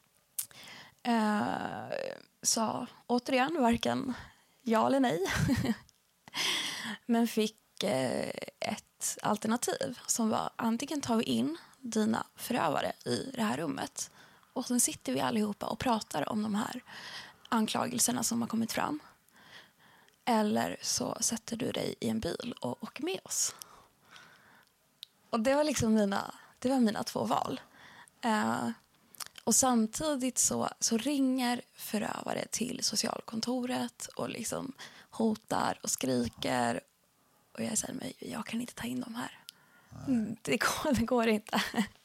Uh, sa återigen varken ja eller nej. Men fick uh, ett alternativ som var antingen tar vi in dina förövare i det här rummet och sen sitter vi allihopa och pratar om de här anklagelserna som har kommit fram. Eller så sätter du dig i en bil och åker med oss. Och det var liksom mina, det var mina två val. Uh, och samtidigt så, så ringer förövare till socialkontoret och liksom hotar och skriker. Och jag säger mig, jag kan inte ta in dem här. Det går, det går inte.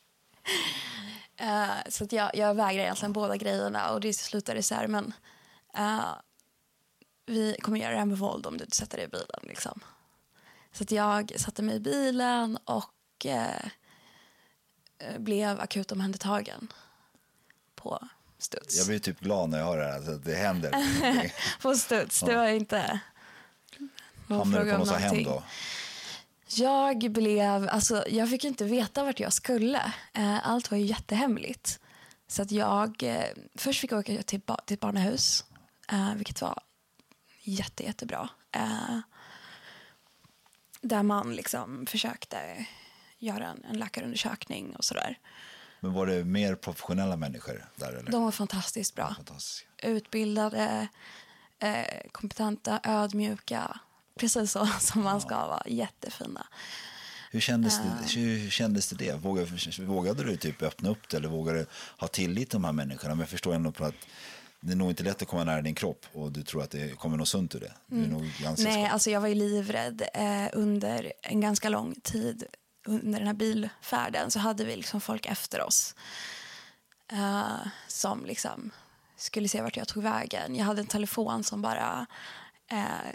uh, så att jag, jag vägrar egentligen båda grejerna. Och det slutade så här, men uh, vi kommer göra det här med våld om du sätter dig i bilen. Liksom. Så att jag satte mig i bilen och uh, blev akut omhändertagen på studs. Jag blir typ glad när jag hör det här. Alltså, det händer. På studs, det var inte någon Hamnade fråga du på om något hem någonting. då? Jag blev, alltså jag fick inte veta vart jag skulle. Allt var ju jättehemligt. Så att jag, först fick jag åka till, ba- till ett barnahus. Vilket var jätte, jättebra. Där man liksom försökte göra en, en läkarundersökning och sådär. Men var det mer professionella människor där? Eller? De var fantastiskt bra. Fantastiskt. Utbildade, eh, kompetenta, ödmjuka. Precis så som man ska vara. Jättefina. Hur kändes, uh, det, hur kändes det? det? Vågade, vågade du typ öppna upp det? Eller vågade du ha tillit till de här människorna? Men jag förstår ändå på att det är nog inte lätt att komma nära din kropp. Och du tror att det kommer något sunt ur det. Du är nog ganska Nej, skap. alltså jag var ju livrädd eh, under en ganska lång tid. Under den här bilfärden så hade vi liksom folk efter oss uh, som liksom skulle se vart jag tog vägen. Jag hade en telefon som bara uh,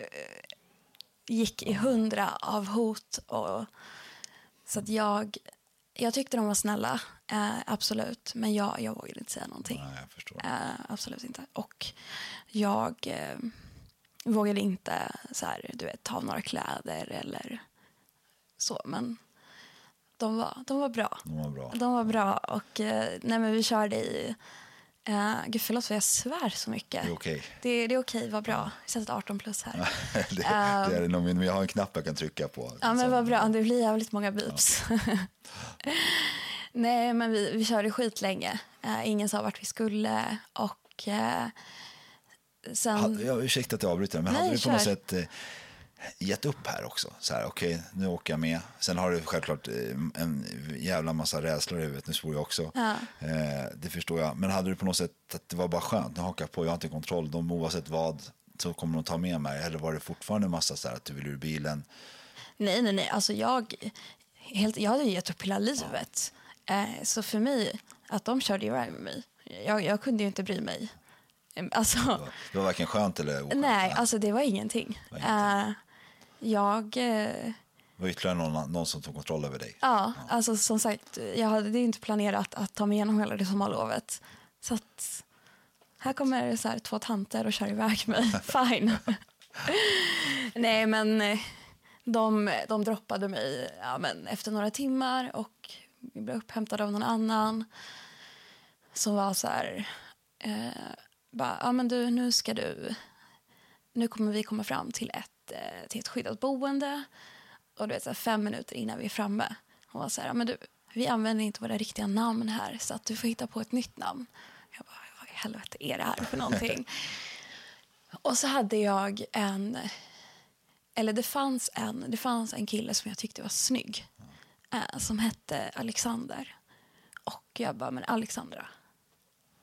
gick i hundra av hot. Och, så att jag, jag tyckte de var snälla, uh, absolut. Men jag, jag vågade inte säga någonting. Nej, jag förstår. Uh, absolut inte. Och jag uh, vågade inte så här, du vet, ta några kläder eller... Så, men de var, de var bra. De var bra. De var bra. Och eh, nej, men vi körde i... Uh, gud, förlåt för jag svär så mycket. Det är okej. Det, det är okej, vad bra. Vi sätter arton plus här. det, det är det nog, men jag har en knapp jag kan trycka på. Ja, men vad bra. Det blir jävligt många beeps. Ja. Nej, men vi, vi körde skitlänge. Uh, ingen sa vart vi skulle. Och uh, sen... Hade, jag ursäkta att jag avbryter, men nej, hade du på kör. något sätt... Eh, gett upp här också. Så här, okej, okay, nu åker jag med. Sen har du självklart en jävla massa rädslor i huvudet. Nu svor jag också. Ja. Eh, det förstår jag. Men hade du på något sätt att det var bara skönt? Nu hakar på, jag har inte kontroll. De oavsett vad så kommer de ta med mig. Eller var det fortfarande en massa så här att du vill ur bilen? Nej, nej, nej. Alltså jag, helt, jag hade gett upp hela livet. Ja. Eh, så för mig, att de körde iväg med mig. Jag, jag kunde ju inte bry mig. Alltså, det, var, det var varken skönt eller oskönt? Nej, alltså det var ingenting. Det var ingenting. Uh, jag... Uh, var ytterligare någon, någon som tog kontroll över dig? Ja, ja. Alltså som sagt, jag hade inte planerat att ta mig igenom hela det sommarlovet. Så att här kommer så här två tanter och kör iväg mig. Fine. Nej, men de, de droppade mig ja, men efter några timmar och vi blev upphämtade av någon annan som var så här... Uh, bara, ja men du, nu ska du... Nu kommer vi komma fram till ett, till ett skyddat boende. Och du vet, så här, fem minuter innan vi är framme. Hon var så här, ja men du, vi använder inte våra riktiga namn här. Så att du får hitta på ett nytt namn. Jag bara, vad i helvete är det här för någonting? Och så hade jag en... Eller det fanns en, det fanns en kille som jag tyckte var snygg. Äh, som hette Alexander. Och jag bara, men Alexandra...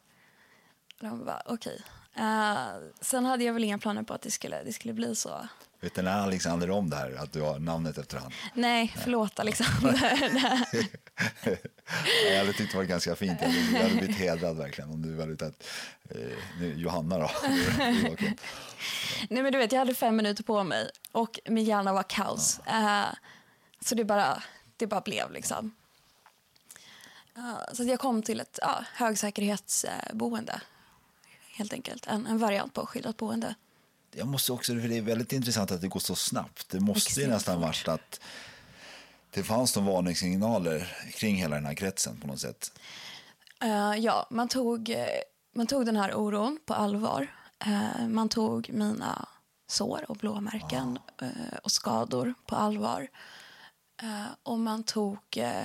De bara, okej. Okay. Uh, sen hade jag väl inga planer på att det skulle, det skulle bli så. Vet du när Alexander om det här, att du har namnet efter han? Nej, förlåt Alexander. Jag hade tyckt det var ganska fint. Jag hade, jag hade blivit hedrad verkligen om du var ute att eh, Johanna då. Det var okay. Nej, men du vet, jag hade fem minuter på mig och min hjärna var kaos. Ja. Uh, så det bara, det bara blev liksom. Uh, så jag kom till ett uh, högsäkerhetsboende. Uh, helt enkelt. En, en variant på skyddat boende. Jag måste också, för det är väldigt intressant att det går så snabbt. Det måste Extremt ju nästan varit att det fanns de varningssignaler kring hela den här kretsen på något sätt. Uh, ja, man tog, man tog den här oron på allvar. Uh, man tog mina sår och blåmärken ah. uh, och skador på allvar. Uh, och man tog uh,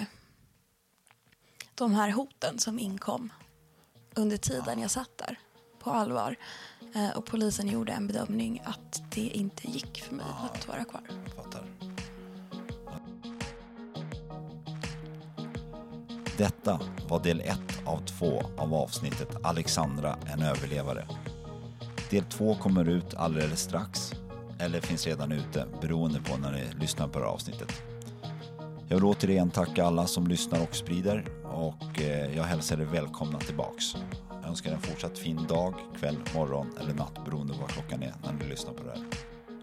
de här hoten som inkom under tiden ah. jag satt där på allvar. Uh, och polisen gjorde en bedömning att det inte gick för mig ah. att vara kvar. Fattar. Detta var del ett av två av avsnittet Alexandra, en överlevare. Del två kommer ut alldeles strax, eller finns redan ute, beroende på när ni lyssnar på det här avsnittet. Jag vill återigen tacka alla som lyssnar och sprider, och jag hälsar er välkomna tillbaks. Jag önskar en fortsatt fin dag, kväll, morgon eller natt, beroende på vad klockan är när ni lyssnar på det här.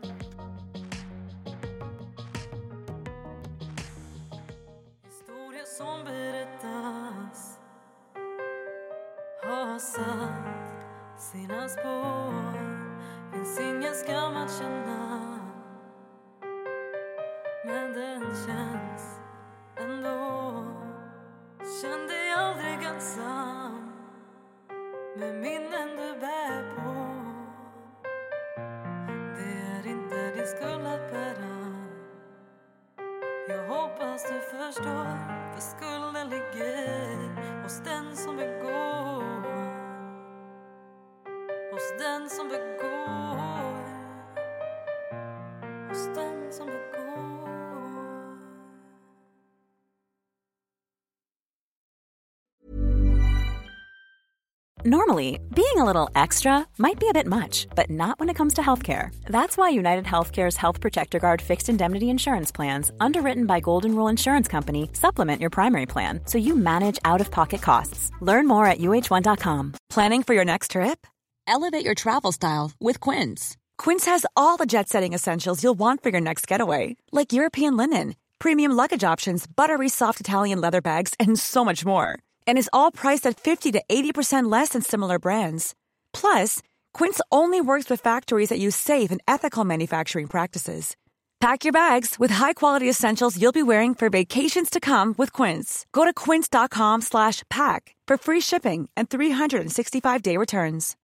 Historia som berättas har satt sina spår. Finns ingen skam att känna, men den känns ändå. Känn dig aldrig ensam med minnen du bär på. Det är inte din skuld att bära. Jag hoppas du förstår, för skulden ligger hos den som begår. Hos den som begår. Hos den som begår. Normally, being a little extra might be a bit much, but not when it comes to healthcare. That's why United Healthcare's Health Protector Guard fixed indemnity insurance plans, underwritten by Golden Rule Insurance Company, supplement your primary plan so you manage out-of-pocket costs. Learn more at U H one dot com. Planning for your next trip? Elevate your travel style with Quince. Quince has all the jet-setting essentials you'll want for your next getaway, like European linen, premium luggage options, buttery soft Italian leather bags, and so much more. And is all priced at fifty to eighty percent less than similar brands. Plus, Quince only works with factories that use safe and ethical manufacturing practices. Pack your bags with high-quality essentials you'll be wearing for vacations to come with Quince. Go to quince dot com slash pack for free shipping and three sixty-five day returns.